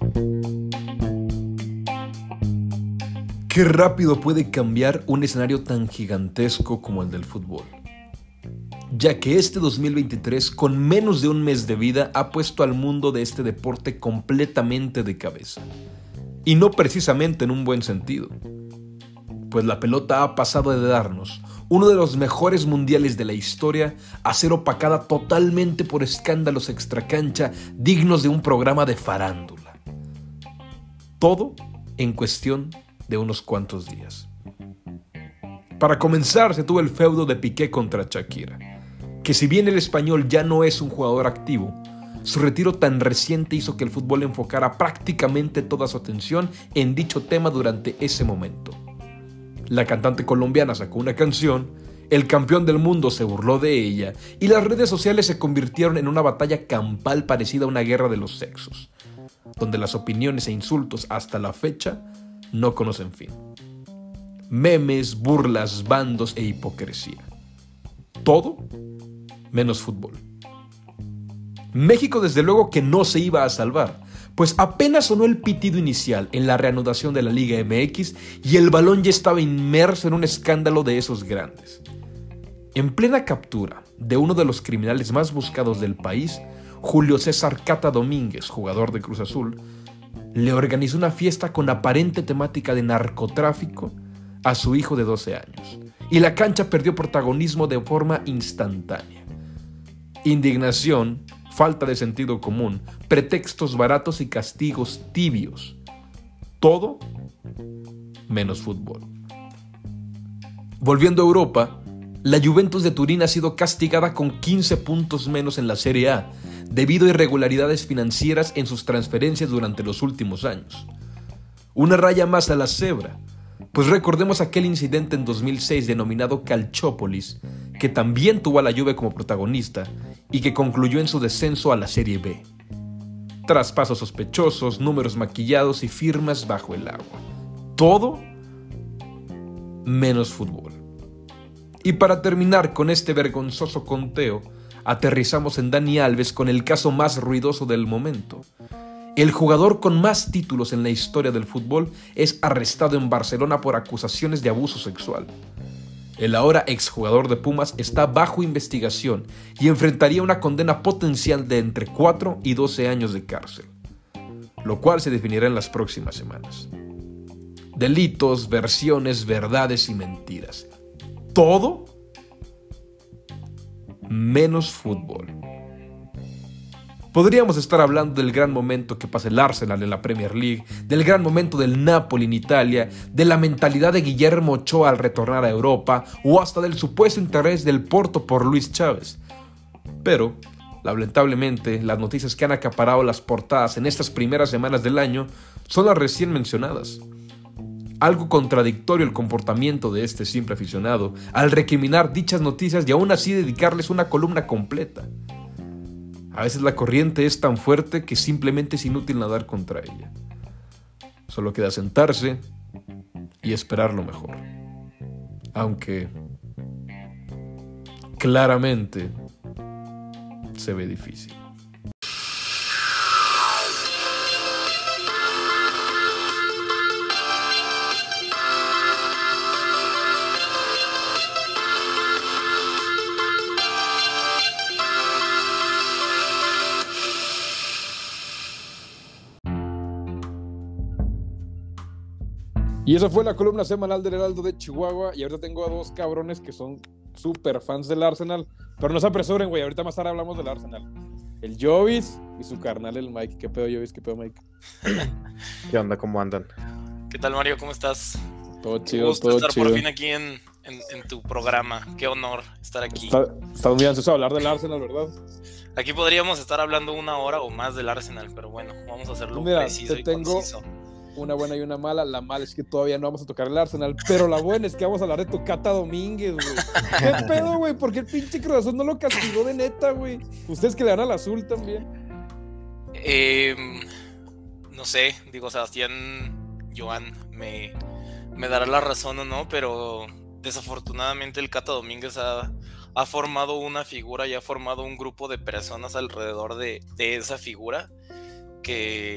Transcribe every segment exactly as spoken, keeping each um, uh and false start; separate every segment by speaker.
Speaker 1: Qué rápido puede cambiar un escenario tan gigantesco como el del fútbol, ya que este dos mil veintitrés, con menos de un mes de vida, ha puesto al mundo de este deporte completamente de cabeza. Y no precisamente en un buen sentido, pues la pelota ha pasado de darnos uno de los mejores mundiales de la historia a ser opacada totalmente por escándalos extracancha dignos de un programa de farándula. Todo en cuestión de unos cuantos días. Para comenzar, se tuvo el feudo de Piqué contra Shakira, que si bien el español ya no es un jugador activo, su retiro tan reciente hizo que el fútbol enfocara prácticamente toda su atención en dicho tema durante ese momento. La cantante colombiana sacó una canción, el campeón del mundo se burló de ella y las redes sociales se convirtieron en una batalla campal parecida a una guerra de los sexos, donde las opiniones e insultos hasta la fecha no conocen fin. Memes, burlas, bandos e hipocresía. Todo menos fútbol. México desde luego que no se iba a salvar, pues apenas sonó el pitido inicial en la reanudación de la Liga M X y el balón ya estaba inmerso en un escándalo de esos grandes. En plena captura de uno de los criminales más buscados del país, Julio César Cata Domínguez, jugador de Cruz Azul, le organizó una fiesta con aparente temática de narcotráfico a su hijo de doce años, y la cancha perdió protagonismo de forma instantánea. Indignación, falta de sentido común, pretextos baratos y castigos tibios. Todo menos fútbol. Volviendo a Europa, la Juventus de Turín ha sido castigada con quince puntos menos en la Serie A, debido a irregularidades financieras en sus transferencias durante los últimos años. Una raya más a la cebra, pues recordemos aquel incidente en dos mil seis denominado Calciópolis, que también tuvo a la Juve como protagonista y que concluyó en su descenso a la Serie B. Traspasos sospechosos, números maquillados y firmas bajo el agua. Todo menos fútbol. Y para terminar con este vergonzoso conteo, aterrizamos en Dani Alves con el caso más ruidoso del momento. El jugador con más títulos en la historia del fútbol es arrestado en Barcelona por acusaciones de abuso sexual. El ahora exjugador de Pumas está bajo investigación y enfrentaría una condena potencial de entre cuatro y doce años de cárcel, lo cual se definirá en las próximas semanas. Delitos, versiones, verdades y mentiras. Todo menos fútbol. Podríamos estar hablando del gran momento que pasa el Arsenal en la Premier League, del gran momento del Napoli en Italia, de la mentalidad de Guillermo Ochoa al retornar a Europa, o hasta del supuesto interés del Porto por Luis Chávez. Pero, lamentablemente, las noticias que han acaparado las portadas en estas primeras semanas del año son las recién mencionadas. Algo contradictorio el comportamiento de este simple aficionado al recriminar dichas noticias y aún así dedicarles una columna completa. A veces la corriente es tan fuerte que simplemente es inútil nadar contra ella. Solo queda sentarse y esperar lo mejor. Aunque claramente se ve difícil. Y esa fue la columna semanal del Heraldo de Chihuahua. Y ahorita tengo a dos cabrones que son súper fans del Arsenal. Pero no se apresuren, güey. Ahorita más tarde hablamos del Arsenal. El Jovis y su carnal, el Mike. ¿Qué pedo, Jovis? ¿Qué pedo, Mike?
Speaker 2: ¿Qué onda? ¿Cómo andan?
Speaker 3: ¿Qué tal, Mario? ¿Cómo estás?
Speaker 1: Todo chido,
Speaker 3: Un gusto
Speaker 1: todo
Speaker 3: estar
Speaker 1: chido.
Speaker 3: por fin aquí en, en, en tu programa. Qué honor estar aquí.
Speaker 1: Está, estamos muy ansiosos de hablar del Arsenal, ¿verdad?
Speaker 3: Aquí podríamos estar hablando una hora o más del Arsenal, pero bueno, vamos a hacerlo
Speaker 1: Mira,
Speaker 3: preciso
Speaker 1: te
Speaker 3: y
Speaker 1: tengo
Speaker 3: conciso.
Speaker 1: Una buena y una mala. La mala es que todavía no vamos a tocar el Arsenal, pero la buena es que vamos a hablar de tu Cata Domínguez, güey. ¿Qué pedo, güey? ¿Por qué el pinche Cruz Azul no lo castigó de neta, güey? Ustedes que le dan al azul también.
Speaker 3: Eh, no sé, digo, Sebastián Joan me, me dará la razón o no, pero desafortunadamente el Cata Domínguez ha, ha formado una figura y ha formado un grupo de personas alrededor de, de esa figura que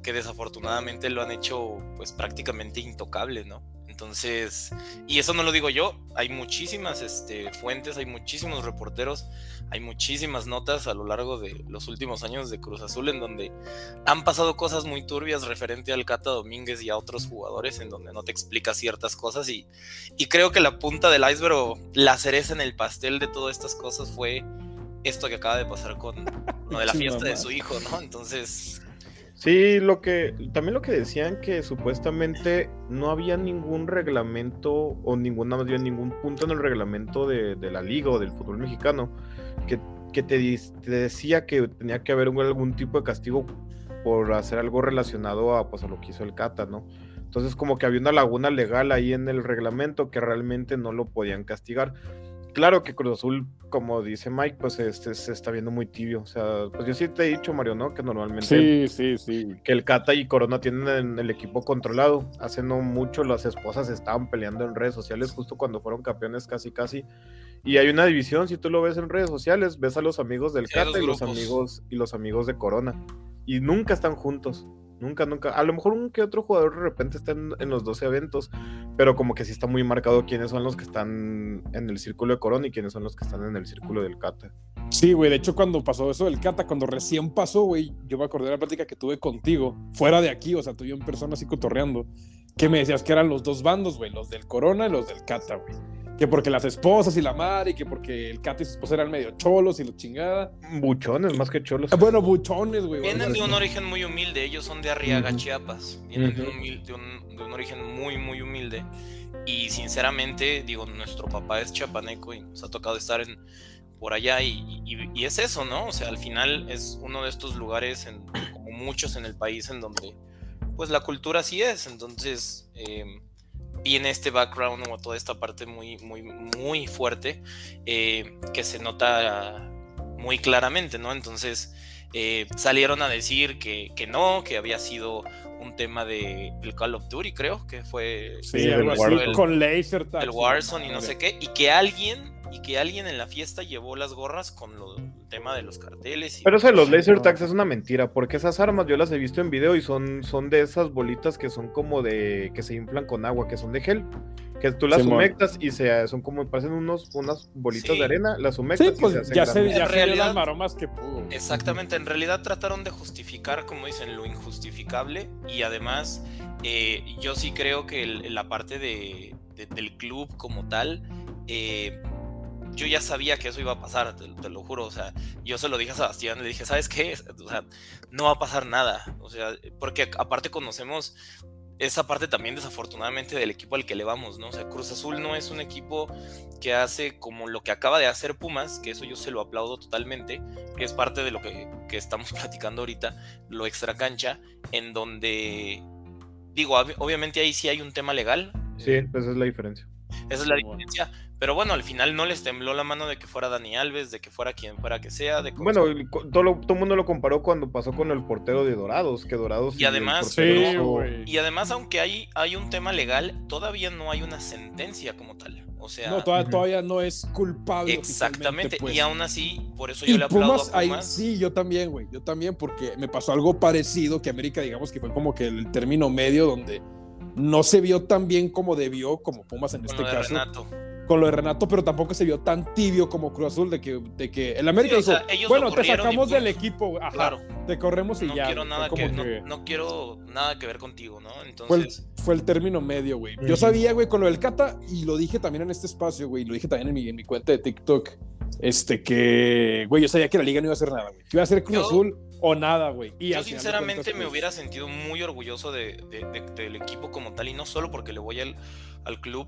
Speaker 3: que desafortunadamente lo han hecho pues prácticamente intocable, ¿no? Entonces, y eso no lo digo yo, hay muchísimas este, fuentes, hay muchísimos reporteros, hay muchísimas notas a lo largo de los últimos años de Cruz Azul en donde han pasado cosas muy turbias referente al Cata Domínguez y a otros jugadores, en donde no te explica ciertas cosas, y, y creo que la punta del iceberg o la cereza en el pastel de todas estas cosas fue esto que acaba de pasar con lo de la fiesta de su hijo, ¿no? Entonces...
Speaker 2: Sí, lo que también lo que decían que supuestamente no había ningún reglamento o ninguna más bien ningún punto en el reglamento de, de la liga o del fútbol mexicano que, que te, te decía que tenía que haber un, algún tipo de castigo por hacer algo relacionado a, pues, a lo que hizo el Cata, ¿no? Entonces como que había una laguna legal ahí en el reglamento que realmente no lo podían castigar. Claro que Cruz Azul, como dice Mike, pues este, se está viendo muy tibio. O sea, pues yo sí te he dicho, Mario, ¿no? Que normalmente
Speaker 4: sí, sí, sí.
Speaker 2: que el Cata y Corona tienen el equipo controlado. Hace no mucho las esposas estaban peleando en redes sociales justo cuando fueron campeones casi casi. Y hay una división, si tú lo ves en redes sociales, ves a los amigos del sí, Cata y los amigos y los amigos de Corona. Y nunca están juntos. Nunca, nunca. A lo mejor un que otro jugador de repente está en, en los doce eventos, pero como que sí está muy marcado quiénes son los que están en el círculo de Corona y quiénes son los que están en el círculo del Cata.
Speaker 4: Sí, güey, de hecho cuando pasó eso del Cata, cuando recién pasó, güey, yo me acordé de la plática que tuve contigo, fuera de aquí, o sea, tú y yo en persona así cotorreando, que me decías que eran los dos bandos, güey, los del Corona y los del Cata, güey. Que porque las esposas y la madre, y que porque el Cata y su esposa eran medio cholos y la chingada.
Speaker 2: Buchones, más que cholos.
Speaker 4: Bueno, buchones, güey.
Speaker 3: Vienen de un origen muy humilde, ellos son de Arriaga, uh-huh. Chiapas. Vienen uh-huh. de, un humilde, de, un, de un origen muy, muy humilde. Y sinceramente, digo, nuestro papá es chiapaneco y nos ha tocado estar en, por allá. Y, y, y es eso, ¿no? O sea, al final es uno de estos lugares, en, como muchos en el país, en donde pues la cultura así es. Entonces... Eh, viene este background o toda esta parte muy, muy, muy fuerte eh, que se nota muy claramente, ¿no? Entonces eh, salieron a decir que, que no, que había sido un tema de el Call of Duty, creo que fue
Speaker 4: sí, el, algo así,
Speaker 3: el,
Speaker 4: con laser tag,
Speaker 3: el Warzone y no sé qué, y que alguien y que alguien en la fiesta llevó las gorras con lo, el tema de los carteles. Y
Speaker 2: pero eso de los laser tags es una mentira, porque esas armas yo las he visto en video y son, son de esas bolitas que son como de, que se inflan con agua, que son de gel, que tú las sí, humectas y se, son como, parecen unos, unas bolitas sí. de arena, las humectas
Speaker 4: sí, pues,
Speaker 2: y se hacen
Speaker 4: ya se, ya
Speaker 3: se realidad,
Speaker 4: las maromas que pudo.
Speaker 3: Exactamente, en realidad trataron de justificar, como dicen, lo injustificable, y además eh, yo sí creo que el, la parte de, de, del club como tal, eh, yo ya sabía que eso iba a pasar, te, te lo juro, o sea, yo se lo dije a Sebastián, le dije, ¿sabes qué? O sea, no va a pasar nada, o sea, porque aparte conocemos esa parte también desafortunadamente del equipo al que le vamos, ¿no? O sea, Cruz Azul no es un equipo que hace como lo que acaba de hacer Pumas, que eso yo se lo aplaudo totalmente, que es parte de lo que, que estamos platicando ahorita, lo extracancha, en donde, digo, obviamente ahí sí hay un tema legal.
Speaker 2: Sí, esa es la diferencia.
Speaker 3: Esa es la diferencia, pero bueno, al final no les tembló la mano de que fuera Dani Alves, de que fuera quien fuera que sea. De
Speaker 2: bueno, todo, lo, todo el mundo lo comparó cuando pasó con el portero de Dorados, que Dorados...
Speaker 3: Y además,
Speaker 2: sí,
Speaker 3: no, y además aunque hay, hay un tema legal, todavía no hay una sentencia como tal. O sea,
Speaker 4: no, todavía, todavía no es culpable.
Speaker 3: Exactamente,
Speaker 4: pues.
Speaker 3: Y aún así, por eso yo
Speaker 4: y
Speaker 3: le aplaudo
Speaker 4: Pumas,
Speaker 3: a Pumas.
Speaker 4: Ahí, sí, yo también, güey, yo también, porque me pasó algo parecido que América, digamos que fue como que el término medio donde no se vio tan bien como debió, como Pumas en
Speaker 3: con
Speaker 4: este
Speaker 3: lo de
Speaker 4: caso.
Speaker 3: Renato.
Speaker 4: Con lo de Renato, pero tampoco se vio tan tibio como Cruz Azul de que, de que el América
Speaker 3: sí,
Speaker 4: dijo,
Speaker 3: o sea,
Speaker 4: bueno, te sacamos del equipo, ajá,
Speaker 3: claro.
Speaker 4: te corremos y
Speaker 3: no
Speaker 4: ya.
Speaker 3: Quiero nada que,
Speaker 4: que...
Speaker 3: No, no quiero nada que ver contigo, ¿no? Entonces...
Speaker 4: Fue el, fue el término medio, güey. Uh-huh. Yo sabía, güey, con lo del Cata, y lo dije también en este espacio, güey, lo dije también en mi, en mi cuenta de TikTok, este, que, güey, yo sabía que la liga no iba a hacer nada, güey. Iba a ser Cruz yo... Azul o nada, güey.
Speaker 3: Yo sinceramente cuentas, me hubiera sentido muy orgulloso de, de, de, del equipo como tal, y no solo porque le voy al, al club,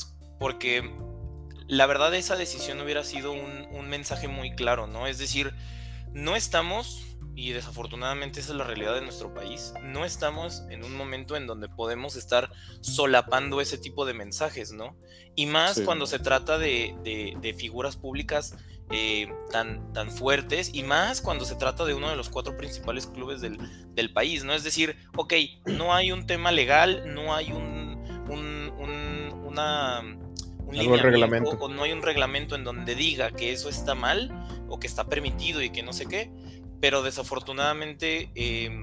Speaker 3: porque la verdad esa decisión hubiera sido un, un mensaje muy claro, ¿no? Es decir, no estamos, y desafortunadamente esa es la realidad de nuestro país, no estamos en un momento en donde podemos estar solapando ese tipo de mensajes, ¿no? Y más sí. cuando se trata de, de, de figuras públicas Eh, tan, tan fuertes, y más cuando se trata de uno de los cuatro principales clubes del, del país, ¿no? Es decir, ok, no hay un tema legal, no hay un, un, un, una, un lineamiento, o no hay un reglamento en donde diga que eso está mal o que está permitido y que no sé qué, pero desafortunadamente eh,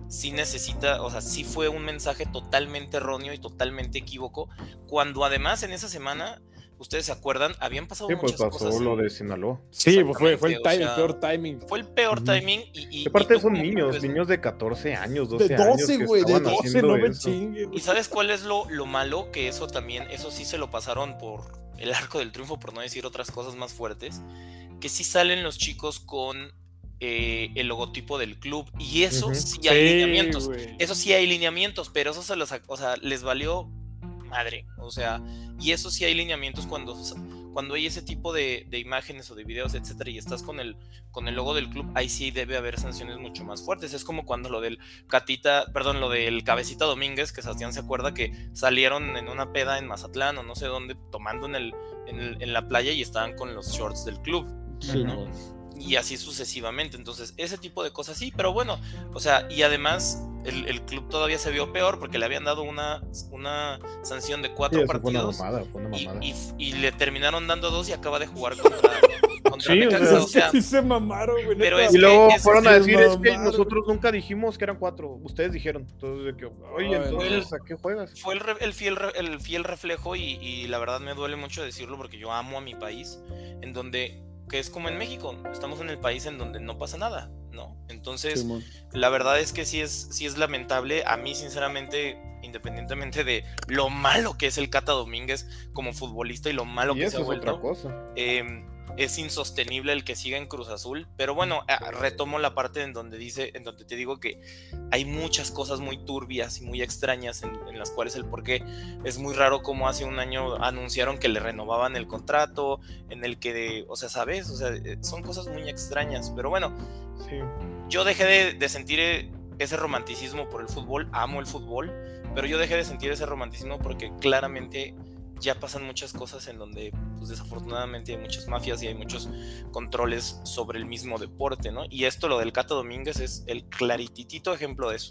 Speaker 3: sí necesita, o sea, sí fue un mensaje totalmente erróneo y totalmente equívoco, cuando además en esa semana, ustedes se acuerdan, habían pasado
Speaker 2: Sí, pues
Speaker 3: muchas
Speaker 2: pasó
Speaker 3: cosas.
Speaker 2: lo de Sinaloa.
Speaker 4: Sí, pues fue, fue el,
Speaker 3: Exactamente,
Speaker 4: time,
Speaker 3: o
Speaker 4: el
Speaker 3: sea,
Speaker 4: peor timing.
Speaker 3: Fue el peor
Speaker 2: Ujú.
Speaker 3: timing y... y
Speaker 2: Aparte
Speaker 3: y tú
Speaker 2: son
Speaker 3: como
Speaker 2: niños,
Speaker 3: ves,
Speaker 2: niños de catorce años,
Speaker 4: De
Speaker 2: doce años
Speaker 4: doce,
Speaker 2: que
Speaker 4: güey, de
Speaker 2: estaban
Speaker 4: doce,
Speaker 2: haciendo
Speaker 4: no me
Speaker 2: eso.
Speaker 4: chingues.
Speaker 3: ¿Y sabes cuál es lo, lo malo? Que eso también, eso sí se lo pasaron por el arco del triunfo, por no decir otras cosas más fuertes, que sí salen los chicos con eh, el logotipo del club, y eso
Speaker 2: Ujú.
Speaker 3: sí hay
Speaker 4: Sí,
Speaker 3: lineamientos,
Speaker 4: güey.
Speaker 3: eso sí hay lineamientos, pero eso se los, o sea, les valió madre, o sea, y eso sí hay lineamientos cuando, cuando hay ese tipo de, de imágenes o de videos, etcétera, y estás con el, con el logo del club, ahí sí debe haber sanciones mucho más fuertes. Es como cuando lo del Catita, perdón, lo del Cabecita Domínguez, que Sebastián se acuerda que salieron en una peda en Mazatlán o no sé dónde, tomando en, el, en, el, en la playa y estaban con los shorts del club.
Speaker 4: Sí,
Speaker 3: ¿no? Y así sucesivamente. Entonces, ese tipo de cosas sí, pero bueno, o sea, y además el, el club todavía se vio peor porque le habían dado una, una sanción de cuatro
Speaker 2: Sí, eso
Speaker 3: partidos
Speaker 2: fue una mamada, fue una
Speaker 3: y,
Speaker 2: mamada.
Speaker 3: y, y le terminaron dando dos y acaba de jugar contra, contra
Speaker 2: Sí,
Speaker 3: Necaxa,
Speaker 2: o
Speaker 3: o sea,
Speaker 4: sí se mamaron, güey.
Speaker 3: pero
Speaker 4: neta.
Speaker 3: es
Speaker 2: Y luego
Speaker 3: que es-
Speaker 2: fueron a
Speaker 4: se
Speaker 2: decir, es que
Speaker 4: mamaron.
Speaker 2: nosotros nunca dijimos que eran cuatro, ustedes dijeron. Entonces, de que, oye,
Speaker 4: Ay,
Speaker 2: entonces,
Speaker 3: no.
Speaker 2: ¿a qué juegas?
Speaker 3: fue el, re- el, fiel, re- el fiel reflejo y, y la verdad me duele mucho decirlo porque yo amo a mi país, en donde, que es como en México, estamos en el país en donde no pasa nada, ¿no? Entonces,
Speaker 4: Simón.
Speaker 3: la verdad es que sí es, sí es lamentable. A mí, sinceramente, independientemente de lo malo que es el Cata Domínguez como futbolista y lo malo
Speaker 2: Y
Speaker 3: que se
Speaker 2: eso
Speaker 3: ha
Speaker 2: es otra
Speaker 3: vuelto,
Speaker 2: cosa.
Speaker 3: eh, es insostenible el que siga en Cruz Azul. Pero bueno, eh, retomo la parte en donde dice, en donde te digo que hay muchas cosas muy turbias y muy extrañas en, en las cuales el porqué es muy raro, como hace un año anunciaron que le renovaban el contrato, en el que, de, o sea, ¿sabes? O sea, son cosas muy extrañas, pero bueno,
Speaker 2: Sí.
Speaker 3: yo dejé de, de sentir ese romanticismo por el fútbol, amo el fútbol, pero yo dejé de sentir ese romanticismo porque claramente ya pasan muchas cosas en donde, pues desafortunadamente hay muchas mafias y hay muchos controles sobre el mismo deporte, ¿no? Y esto, lo del Cata Domínguez, es el clarititito ejemplo de eso.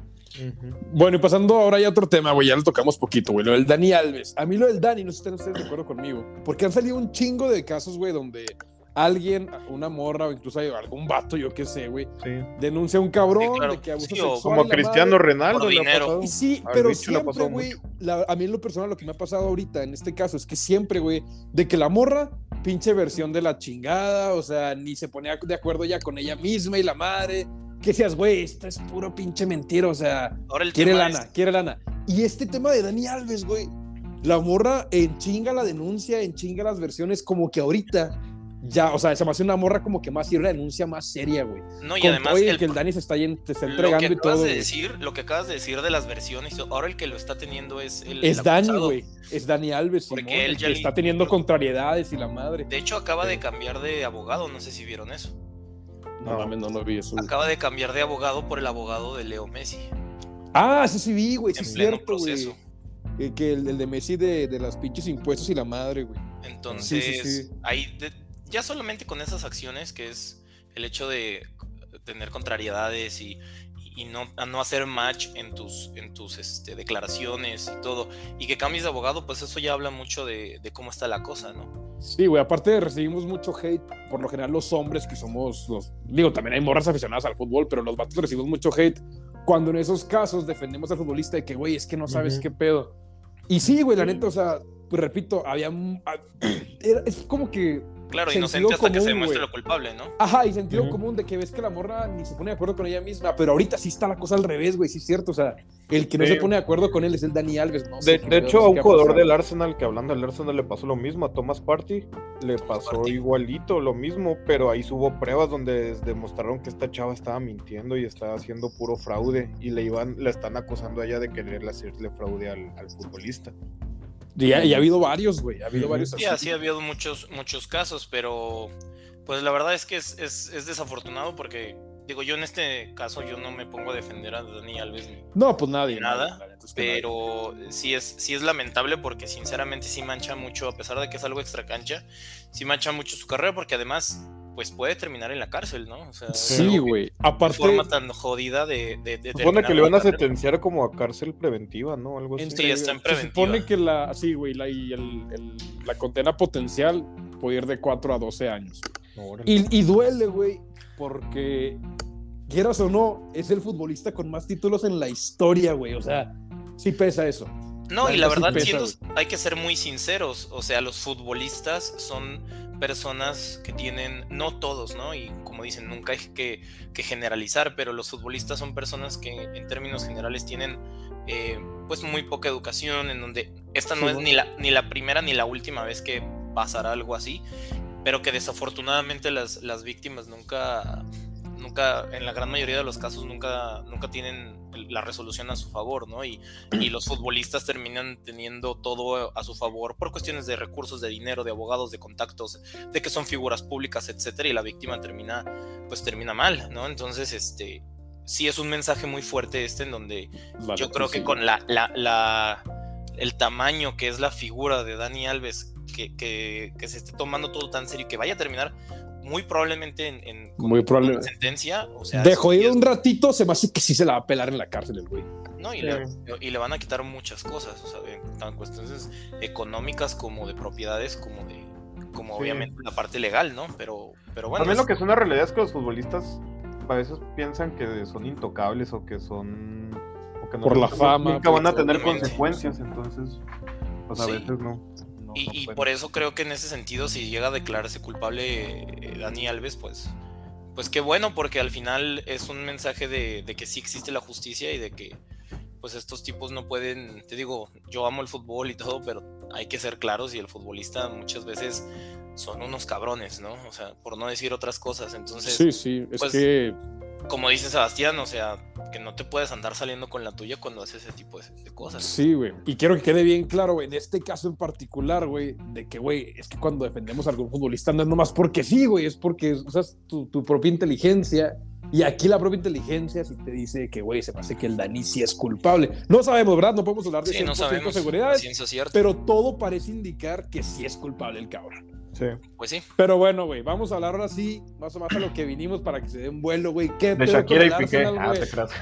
Speaker 2: Ujú.
Speaker 4: Bueno, y pasando ahora ya a otro tema, güey, ya lo tocamos poquito, güey, lo del Dani Alves. A mí lo del Dani, no sé si están ustedes de acuerdo conmigo, porque han salido un chingo de casos, güey, donde alguien, una morra o incluso hay algún vato, yo qué sé, güey,
Speaker 2: Sí.
Speaker 4: denuncia a un cabrón
Speaker 3: Sí, claro.
Speaker 4: de que abusa
Speaker 3: Sí, o
Speaker 4: sexual.
Speaker 2: Como
Speaker 4: y la
Speaker 2: Cristiano
Speaker 4: madre.
Speaker 2: Ronaldo
Speaker 3: por
Speaker 2: le ha
Speaker 3: dinero.
Speaker 2: pasado.
Speaker 4: Y sí,
Speaker 2: Al
Speaker 4: pero
Speaker 2: bicho le ha
Speaker 4: siempre,
Speaker 2: pasado
Speaker 4: güey,
Speaker 2: mucho.
Speaker 4: la- a mí en lo personal lo que me ha pasado ahorita en este caso es que siempre, güey, de que la morra, pinche versión de la chingada, o sea, ni se ponía de acuerdo ya con ella misma y la madre, que seas, güey, esto es puro pinche mentira, o sea,
Speaker 3: Ahora el
Speaker 4: quiere
Speaker 3: tema
Speaker 4: lana,
Speaker 3: es-
Speaker 4: quiere lana. Y este tema de Dani Alves, güey, la morra en chinga la denuncia, en chinga las versiones, como que ahorita ya, o sea, se me hace una morra como que más y una denuncia más seria, güey.
Speaker 3: No, y
Speaker 4: Con
Speaker 3: además
Speaker 4: todo y
Speaker 3: el-
Speaker 4: que el Dani se está, yen- se está
Speaker 3: lo
Speaker 4: entregando
Speaker 3: que
Speaker 4: y
Speaker 3: acabas
Speaker 4: todo,
Speaker 3: de
Speaker 4: güey.
Speaker 3: decir, lo que acabas de decir de las versiones, ahora el que lo está teniendo es el,
Speaker 4: Es
Speaker 3: el
Speaker 4: Dani,
Speaker 3: acusado.
Speaker 4: güey. Es Dani Alves,
Speaker 3: Porque
Speaker 4: Simón,
Speaker 3: él
Speaker 4: el
Speaker 3: ya
Speaker 4: que
Speaker 3: le-
Speaker 4: está teniendo contrariedades y la madre.
Speaker 3: De hecho, acaba
Speaker 4: Sí.
Speaker 3: de cambiar de abogado, no sé si vieron eso.
Speaker 4: No mames, no lo vi eso. güey.
Speaker 3: Acaba de cambiar de abogado por el abogado de Leo Messi.
Speaker 4: Ah, sí, sí vi, güey, sí
Speaker 3: En
Speaker 4: es
Speaker 3: pleno
Speaker 4: cierto, güey.
Speaker 3: proceso.
Speaker 4: Eh, que el, el de Messi de, de las pinches impuestos y la madre, güey.
Speaker 3: Entonces,
Speaker 4: Sí, sí, sí.
Speaker 3: ahí de- ya solamente con esas acciones, que es el hecho de tener contrariedades y, y no, a no hacer match en tus, en tus este, declaraciones y todo, y que cambies de abogado, pues eso ya habla mucho de, de cómo está la cosa, ¿no?
Speaker 4: Sí, güey, aparte recibimos mucho hate, por lo general los hombres que somos los, digo, también hay morras aficionadas al fútbol, pero los vatos recibimos mucho hate cuando en esos casos defendemos al futbolista de que, güey, es que no sabes
Speaker 2: Ujú.
Speaker 4: qué pedo. Y sí, güey, la neta, o sea, pues repito, había, un- ah, era- es como que,
Speaker 3: Claro,
Speaker 4: Sentido
Speaker 3: inocente hasta que se
Speaker 4: común,
Speaker 3: demuestre
Speaker 4: güey.
Speaker 3: lo culpable, ¿no?
Speaker 4: ajá, y sentido
Speaker 2: Ujú.
Speaker 4: común de que ves que la morra ni se pone de acuerdo con ella misma, pero ahorita sí está la cosa al revés, güey, sí es cierto, o sea, el que no
Speaker 2: Sí.
Speaker 4: se pone de acuerdo con él es el Dani Alves, no sé
Speaker 2: De,
Speaker 4: qué
Speaker 2: de
Speaker 4: pedo,
Speaker 2: hecho,
Speaker 4: no
Speaker 2: a
Speaker 4: sé
Speaker 2: un
Speaker 4: qué ha
Speaker 2: jugador
Speaker 4: pasado.
Speaker 2: del Arsenal, que hablando del Arsenal le pasó lo mismo, a Thomas Partey le
Speaker 3: Thomas
Speaker 2: pasó
Speaker 3: Partey.
Speaker 2: igualito, lo mismo, pero ahí hubo pruebas donde demostraron que esta chava estaba mintiendo y estaba haciendo puro fraude y le iban, le están acusando a ella de quererle hacerle fraude al, al futbolista.
Speaker 4: Y ha, y ha habido varios, güey, ha habido
Speaker 2: Ujú.
Speaker 4: varios
Speaker 3: Sí, así ha habido muchos, muchos casos, pero pues la verdad es que es, es, es desafortunado porque, digo, yo en este caso yo no me pongo a defender a Dani Alves ni
Speaker 4: No, pues nadie.
Speaker 3: nada,
Speaker 4: nadie, la neta es que nadie.
Speaker 3: pero sí es, sí es lamentable porque sinceramente sí mancha mucho, a pesar de que es algo extra cancha, sí mancha mucho su carrera porque además pues puede terminar en la cárcel, ¿no? O sea, es
Speaker 4: Sí,
Speaker 3: algo que-
Speaker 4: güey.
Speaker 3: de
Speaker 4: Aparte,
Speaker 3: forma tan jodida de, de, de
Speaker 2: Supone
Speaker 3: terminar
Speaker 2: que le
Speaker 3: la
Speaker 2: van a
Speaker 3: carrera.
Speaker 2: sentenciar como a cárcel preventiva, ¿no? Algo así.
Speaker 4: entre-
Speaker 3: Sí, está en
Speaker 4: se
Speaker 3: preventiva.
Speaker 4: supone que la, sí, güey, la, y el- el- la condena potencial puede ir de cuatro a doce años.
Speaker 2: Órale.
Speaker 4: Y, y duele, güey, porque quieras o no, es el futbolista con más títulos en la historia, güey. O sea, sí pesa eso.
Speaker 3: No,
Speaker 4: la
Speaker 3: y la
Speaker 4: sí
Speaker 3: verdad,
Speaker 4: pesa,
Speaker 3: siendo,
Speaker 4: güey.
Speaker 3: hay que ser muy sinceros. O sea, los futbolistas son personas que tienen, no todos, ¿no? Y como dicen, nunca hay que, que generalizar, pero los futbolistas son personas que en términos generales tienen eh, pues muy poca educación, en donde esta no
Speaker 4: Sí,
Speaker 3: es
Speaker 4: ¿no?
Speaker 3: ni la, ni la primera ni la última vez que pasará algo así, pero que desafortunadamente las, las víctimas nunca, nunca, en la gran mayoría de los casos, nunca, nunca tienen la resolución a su favor, ¿no? Y, y los futbolistas terminan teniendo todo a su favor por cuestiones de recursos, de dinero, de abogados, de contactos, de que son figuras públicas, etcétera, y la víctima termina, pues termina mal, ¿no? Entonces, este, sí es un mensaje muy fuerte este, en donde
Speaker 4: La
Speaker 3: yo
Speaker 4: neta,
Speaker 3: creo
Speaker 4: sí,
Speaker 3: que
Speaker 4: güey.
Speaker 3: con la, la, la, el tamaño que es la figura de Dani Alves, que, que, que se esté tomando todo tan serio y que vaya a terminar muy probablemente en, en con
Speaker 4: Muy
Speaker 3: una
Speaker 4: probable.
Speaker 3: sentencia, o sea,
Speaker 4: De
Speaker 3: eso sí
Speaker 4: jodido
Speaker 3: es-
Speaker 4: un ratito, se me hace que sí se la va a pelar en la cárcel el güey.
Speaker 3: no, y,
Speaker 2: Sí.
Speaker 3: le, y le van a quitar muchas cosas, o sea, de- tanto cuestiones económicas como de propiedades, como de, como
Speaker 2: Sí.
Speaker 3: obviamente la parte legal, ¿no? Pero, pero bueno,
Speaker 2: También
Speaker 3: es-
Speaker 2: lo que es una realidad es que los futbolistas a veces piensan que son intocables o que son... o que no-
Speaker 4: Por la
Speaker 2: nunca-
Speaker 4: fama,
Speaker 2: Nunca van a tener
Speaker 3: exactamente.
Speaker 2: consecuencias, entonces pues a
Speaker 3: Sí.
Speaker 2: veces no. no-
Speaker 3: y,
Speaker 2: no
Speaker 3: y
Speaker 2: pueden.
Speaker 3: por eso creo que en ese sentido, si llega a declararse culpable eh, Dani Alves, pues, pues qué bueno, porque al final es un mensaje de, de que sí existe la justicia y de que pues estos tipos no pueden, te digo, yo amo el fútbol y todo, pero hay que ser claros y el futbolista muchas veces son unos cabrones, ¿no? O sea, por no decir otras cosas. Entonces,
Speaker 4: Sí, sí, es
Speaker 3: pues,
Speaker 4: que
Speaker 3: como dice Sebastián, o sea, que no te puedes andar saliendo con la tuya cuando haces ese tipo de, de cosas.
Speaker 4: sí, güey. Y quiero que quede bien claro, güey, en este caso en particular, güey, de que, güey, es que cuando defendemos a algún futbolista no es nomás porque sí, güey, es porque usas tu, tu propia inteligencia. Y aquí la propia inteligencia sí te dice que, güey, se me hace que el Dani sí es culpable. No sabemos, ¿verdad? No podemos hablar de
Speaker 3: Sí, no
Speaker 4: cien por ciento
Speaker 3: sabemos,
Speaker 4: seguridades,
Speaker 3: ciencia cierta.
Speaker 4: pero todo parece indicar que sí es culpable el cabrón.
Speaker 2: Sí.
Speaker 3: Pues sí.
Speaker 4: Pero bueno, güey, vamos a hablar ahora sí, más o menos a lo que vinimos para que se den vuelo, güey. ¿Qué
Speaker 2: De
Speaker 4: pedo
Speaker 2: Shakira
Speaker 4: con
Speaker 2: y
Speaker 4: el
Speaker 2: Piqué.
Speaker 4: Arsenal,
Speaker 2: Ah,
Speaker 4: güey?
Speaker 2: te creas.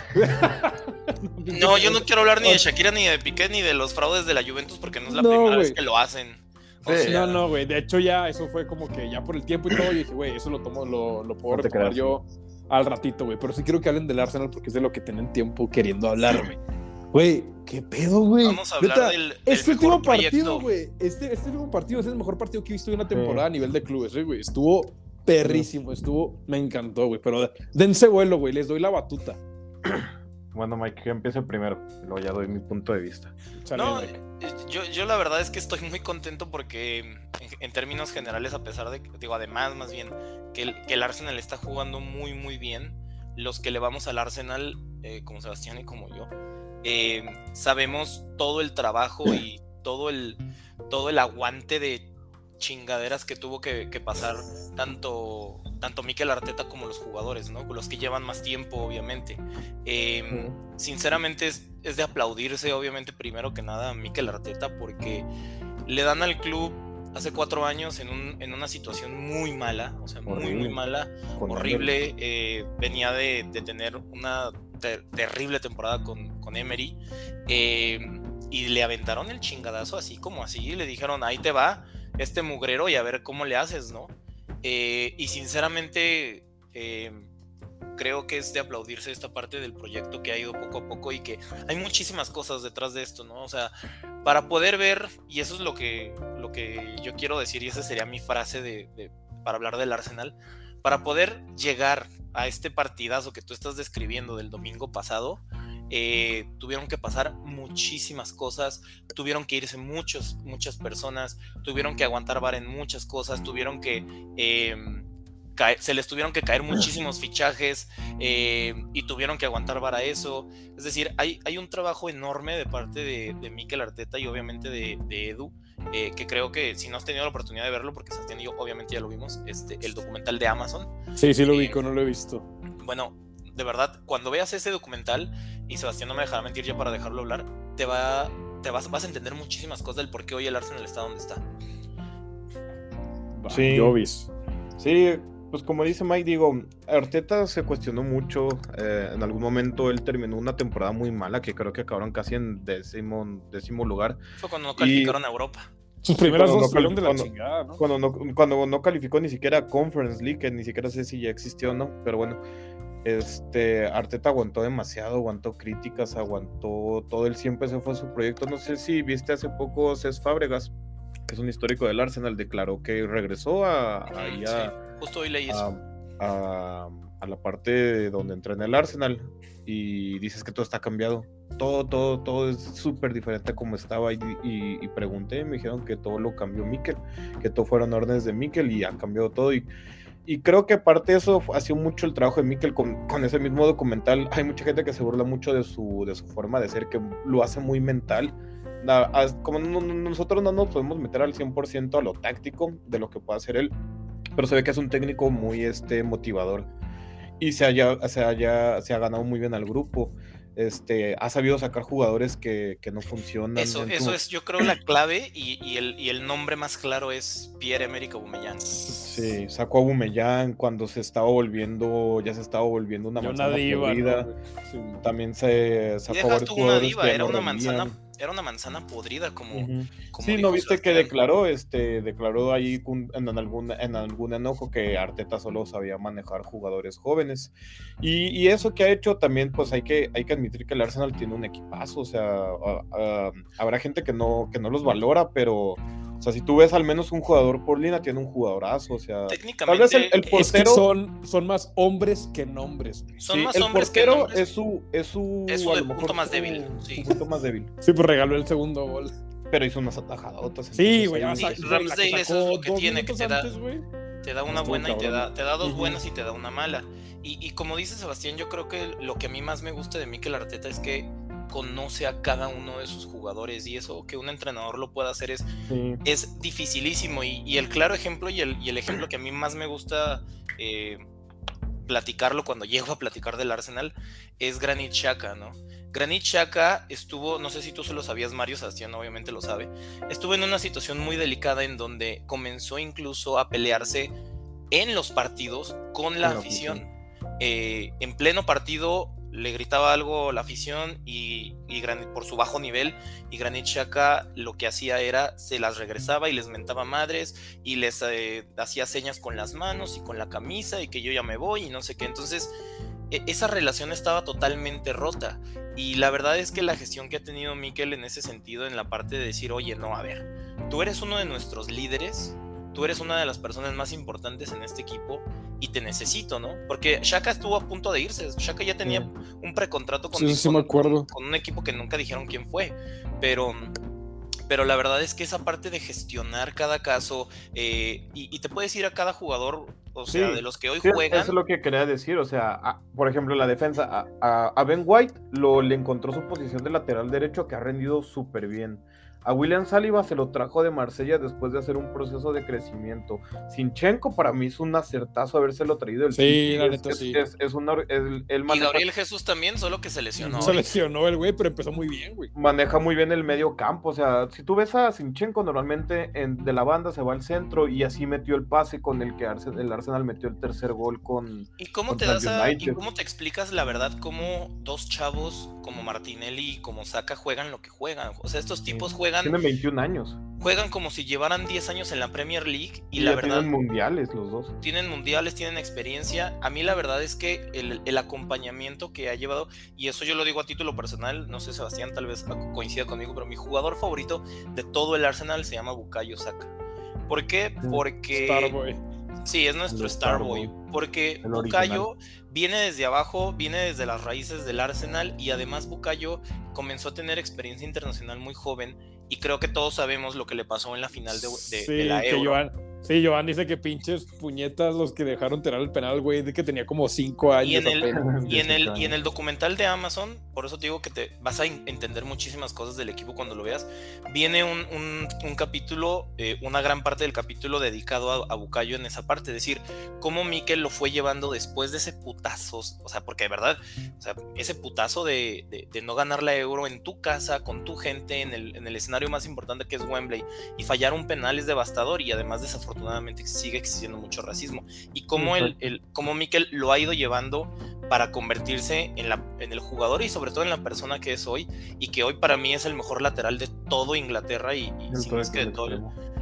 Speaker 3: No, yo no quiero hablar ni de Shakira, ni de Piqué, ni de los fraudes de la Juventus, porque no es la
Speaker 4: No,
Speaker 3: primera
Speaker 4: güey.
Speaker 3: vez que lo hacen. O
Speaker 2: Sí.
Speaker 3: sea,
Speaker 4: No, no, güey. De hecho, ya eso fue como que ya por el tiempo y todo, yo dije, güey, eso lo tomo, lo, lo puedo
Speaker 2: No te
Speaker 4: retomar
Speaker 2: creas.
Speaker 4: yo al ratito, güey. Pero sí quiero que hablen del Arsenal porque es de lo que tienen tiempo queriendo hablar, güey. Güey, ¿qué pedo, güey?
Speaker 3: Vamos a hablar
Speaker 4: Neta,
Speaker 3: del, del
Speaker 4: Este
Speaker 3: mejor
Speaker 4: último partido,
Speaker 3: proyecto.
Speaker 4: güey. Este, este último partido es el mejor partido que he visto en una
Speaker 2: Sí.
Speaker 4: temporada a nivel de clubes, eh, güey. Estuvo perrísimo, estuvo, me encantó, güey. Pero dense vuelo, güey. Les doy la batuta.
Speaker 2: Bueno, Mike, que empiece primero. y Luego ya doy mi punto de vista.
Speaker 4: Chale,
Speaker 3: No,
Speaker 4: Mike.
Speaker 3: yo, yo la verdad es que estoy muy contento porque en, en términos generales, a pesar de que, digo, además más bien, que el, que el Arsenal está jugando muy muy bien, los que le vamos al Arsenal, eh, como Sebastián y como yo, eh, sabemos todo el trabajo y todo el, todo el aguante de chingaderas que tuvo que, que pasar tanto, tanto Mikel Arteta como los jugadores, ¿no? Los que llevan más tiempo, obviamente. Eh, sinceramente es, es de aplaudirse, obviamente, primero que nada a Mikel Arteta, porque le dan al club hace cuatro años en, un, en una situación muy mala, o sea, muy,
Speaker 2: Horrible.
Speaker 3: muy mala,
Speaker 2: Con
Speaker 3: horrible. Eh, venía de, de tener una ter- terrible temporada con, con Emery, eh, y le aventaron el chingadazo así como así, y le dijeron, ahí te va este mugrero y a ver cómo le haces, ¿no? Eh, y sinceramente eh, creo que es de aplaudirse esta parte del proyecto que ha ido poco a poco y que hay muchísimas cosas detrás de esto, ¿no? O sea, para poder ver, y eso es lo que, lo que yo quiero decir, y esa sería mi frase de, de, para hablar del Arsenal, para poder llegar a este partidazo que tú estás describiendo del domingo pasado, eh, tuvieron que pasar muchísimas cosas, tuvieron que irse muchos, muchas personas, tuvieron que aguantar vara en muchas cosas, tuvieron que... Eh, caer, se les tuvieron que caer muchísimos fichajes, eh, y tuvieron que aguantar vara eso. Es decir, hay, hay un trabajo enorme de parte de, de Mikel Arteta y obviamente de, de Edu, eh, que creo que si no has tenido la oportunidad de verlo, porque Sebastián y yo obviamente ya lo vimos, este, el documental de Amazon.
Speaker 4: Sí, sí lo
Speaker 3: Eh,
Speaker 4: ubico, no lo he visto.
Speaker 3: Bueno, de verdad, cuando veas ese documental, y Sebastián no me dejará mentir ya para dejarlo hablar, te va, te vas, vas a entender muchísimas cosas del por qué hoy el Arsenal está donde está.
Speaker 4: Va,
Speaker 2: Sí.
Speaker 4: Jovis.
Speaker 2: Sí, pues como dice Mike, digo, Arteta se cuestionó mucho. Eh, en algún momento él terminó una temporada muy mala, que creo que acabaron casi en décimo, décimo lugar.
Speaker 3: Fue cuando no calificaron a Europa.
Speaker 4: Sus primeras
Speaker 2: cuando
Speaker 4: dos
Speaker 2: no
Speaker 4: salieron de la
Speaker 2: cuando-
Speaker 4: chingada, ¿no?
Speaker 2: Cuando no, cuando no calificó ni siquiera Conference League, que ni siquiera sé si ya existió o no, pero bueno. Este, Arteta aguantó demasiado, aguantó críticas, aguantó todo, él siempre se fue a su proyecto. No sé si viste hace poco Cesc Fábregas, que es un histórico del Arsenal, declaró que regresó a, a,
Speaker 3: Mm,
Speaker 2: a,
Speaker 3: sí, justo hoy leí eso.
Speaker 2: a, a, a la parte donde entrena el Arsenal, y dices que todo está cambiado. Todo, todo, todo es súper diferente a como estaba, y, y, y pregunté, me dijeron que todo lo cambió Mikel, que todo fueron órdenes de Mikel y ha cambiado todo. Y Y creo que aparte de eso ha sido mucho el trabajo de Mikel con, con ese mismo documental. Hay mucha gente que se burla mucho de su, de su forma de ser, que lo hace muy mental. Na- as- Como no- no- nosotros no nos podemos meter al cien por ciento a lo táctico de lo que puede hacer él, pero se ve que es un técnico muy este, motivador, y se, haya, se, haya, se ha ganado muy bien al grupo. Este, ha sabido sacar jugadores que, que no funcionan.
Speaker 3: Eso,
Speaker 2: en
Speaker 3: eso
Speaker 2: su-
Speaker 3: es, yo creo, la clave, y, y el, y el nombre más claro es Pierre-Emerick Aubameyang.
Speaker 2: Sí, sacó a Aubameyang cuando se estaba volviendo, ya se estaba volviendo una
Speaker 4: Ya
Speaker 2: manzana
Speaker 4: una diva,
Speaker 2: podrida.
Speaker 4: ¿no, güey? Sí.
Speaker 2: También se
Speaker 3: Y
Speaker 2: sacó
Speaker 3: deja
Speaker 2: varios
Speaker 3: tú una
Speaker 2: jugadores
Speaker 3: diva,
Speaker 2: que ya
Speaker 3: era
Speaker 2: no
Speaker 3: una
Speaker 2: rendían.
Speaker 3: manzana, era una manzana podrida, como,
Speaker 2: Ujú.
Speaker 3: como
Speaker 2: Sí,
Speaker 3: dijo
Speaker 2: ¿no viste que
Speaker 3: Sebastián.
Speaker 2: declaró, este, declaró ahí con- en algún, en algún enojo que Arteta solo sabía manejar jugadores jóvenes? Y, y eso que ha hecho también, pues hay que, hay que admitir que el Arsenal tiene un equipazo. O sea, a- a- habrá gente que no, que no los valora, pero, o sea, si tú ves al menos un jugador por línea, tiene un jugadorazo. O sea, tal vez el,
Speaker 3: Técnicamente
Speaker 2: el
Speaker 4: Es que
Speaker 2: portero...
Speaker 4: son, son más hombres que nombres, güey.
Speaker 3: son
Speaker 2: Sí,
Speaker 3: más
Speaker 2: el
Speaker 3: hombres que
Speaker 2: portero
Speaker 3: nombres.
Speaker 2: es su, es su,
Speaker 3: Es su
Speaker 2: a
Speaker 3: de
Speaker 2: lo mejor
Speaker 3: punto más
Speaker 2: su-
Speaker 3: débil,
Speaker 2: su
Speaker 3: sí.
Speaker 2: punto más débil.
Speaker 4: Sí, pues regaló el segundo gol.
Speaker 2: Pero hizo unas atajadotas.
Speaker 4: Sí,
Speaker 2: entonces
Speaker 4: güey,
Speaker 2: ahí-
Speaker 4: ya
Speaker 3: Sí,
Speaker 4: sabes, güey, la que
Speaker 3: Ramsdale, eso es
Speaker 4: sacó
Speaker 3: lo que
Speaker 4: dos
Speaker 3: tiene, que
Speaker 4: minutos
Speaker 3: te da-
Speaker 4: antes, güey.
Speaker 3: Te da una
Speaker 4: Estuvo
Speaker 3: buena y te
Speaker 4: cabrón.
Speaker 3: da, te da dos
Speaker 4: Ujú.
Speaker 3: buenas y te da una mala. Y, y como dice Sebastián, yo creo que lo que a mí más me gusta de Mikel Arteta es que conoce a cada uno de sus jugadores, y eso que un entrenador lo pueda hacer es,
Speaker 2: Sí.
Speaker 3: es dificilísimo. Y, y el claro ejemplo y el, y el ejemplo que a mí más me gusta eh, platicarlo cuando llego a platicar del Arsenal es Granit Xhaka, ¿no? Granit Xhaka estuvo, no sé si tú se lo sabías, Mario, Sebastián obviamente lo sabe, estuvo en una situación muy delicada en donde comenzó incluso a pelearse en los partidos con la
Speaker 2: Con la
Speaker 3: afición.
Speaker 2: afición.
Speaker 3: Eh, en pleno partido le gritaba algo la afición y, y Granit, por su bajo nivel, y Granit Xhaka lo que hacía era se las regresaba y les mentaba madres y les eh, hacía señas con las manos y con la camisa y que yo ya me voy y no sé qué. Entonces e- esa relación estaba totalmente rota, y la verdad es que la gestión que ha tenido Mikel en ese sentido, en la parte de decir, oye, no, a ver, tú eres uno de nuestros líderes, tú eres una de las personas más importantes en este equipo y te necesito, ¿no? Porque Xhaka estuvo a punto de irse. Xhaka ya tenía un precontrato con,
Speaker 4: Sí, sí,
Speaker 3: con,
Speaker 4: me acuerdo.
Speaker 3: con un equipo que nunca dijeron quién fue, pero, pero la verdad es que esa parte de gestionar cada caso, eh, y, y te puedes ir a cada jugador, o sea,
Speaker 2: Sí,
Speaker 3: de los que hoy
Speaker 2: sí,
Speaker 3: juegan.
Speaker 2: eso es lo que quería decir. O sea, a- por ejemplo, la defensa, a, a- a Ben White lo, le encontró su posición de lateral derecho, que ha rendido súper bien. A William Saliba se lo trajo de Marsella después de hacer un proceso de crecimiento. Zinchenko para mí es un acertazo habérselo traído del
Speaker 4: Sí,
Speaker 2: City.
Speaker 4: la
Speaker 2: Es-
Speaker 4: neta,
Speaker 2: es,
Speaker 4: sí.
Speaker 2: es- es una, es- él
Speaker 3: Y
Speaker 2: maneja,
Speaker 3: Gabriel Jesús también, solo que se lesionó.
Speaker 4: Se
Speaker 3: hoy.
Speaker 4: lesionó el güey, pero empezó muy bien, güey.
Speaker 2: maneja muy bien el medio campo. O sea, si tú ves a Zinchenko, normalmente en- de la banda se va al centro, y así metió el pase con el que Arse- el Arsenal metió el tercer gol con...
Speaker 3: ¿Y cómo te
Speaker 2: contra
Speaker 3: das
Speaker 2: el
Speaker 3: a- y
Speaker 2: United.
Speaker 3: cómo te explicas la verdad cómo dos chavos como Martinelli y como Saka juegan lo que juegan? O sea, estos tipos juegan,
Speaker 2: Tienen veintiún años.
Speaker 3: juegan como si llevaran diez años en la Premier League, y,
Speaker 2: Y
Speaker 3: la
Speaker 2: ya
Speaker 3: verdad
Speaker 2: tienen mundiales los dos.
Speaker 3: tienen mundiales, tienen experiencia. A mí la verdad es que el, el acompañamiento que ha llevado, y eso yo lo digo a título personal, no sé, Sebastián tal vez coincida conmigo, pero mi jugador favorito de todo el Arsenal se llama Bukayo Saka. ¿Por qué? Porque
Speaker 4: Starboy.
Speaker 3: sí, es nuestro
Speaker 2: El
Speaker 3: Starboy,
Speaker 2: Starboy.
Speaker 3: porque
Speaker 2: El
Speaker 3: Bukayo viene desde abajo, viene desde las raíces del Arsenal, y además Bukayo comenzó a tener experiencia internacional muy joven, y creo que todos sabemos lo que le pasó en la final de, de-
Speaker 4: Sí,
Speaker 3: de la
Speaker 4: que
Speaker 3: Euro.
Speaker 4: Joan, sí, Joan dice que pinches puñetas los que dejaron tirar el penal, güey, de que tenía como cinco años
Speaker 3: Y en, el,
Speaker 4: apenas.
Speaker 3: y, en el,
Speaker 2: dieciocho
Speaker 3: y en el
Speaker 2: años.
Speaker 3: documental de Amazon, por eso te digo que te vas a in- entender muchísimas cosas del equipo cuando lo veas, viene un, un, un capítulo, eh, una gran parte del capítulo dedicado a, a Bukayo en esa parte, es decir, cómo Mikel lo fue llevando después de ese putazo, o sea, porque de verdad, o sea, ese putazo de, de, de no ganar la Euro en tu casa, con tu gente, en el, en el escenario más importante que es Wembley, y fallar un penal es devastador, y además desafortunadamente sigue existiendo mucho racismo, y cómo, el, el, cómo Mikel lo ha ido llevando para convertirse en, la, en el jugador y sobre todo en la persona que es hoy, y que hoy para mí es el mejor lateral de todo Inglaterra y, y si no es que de todo el,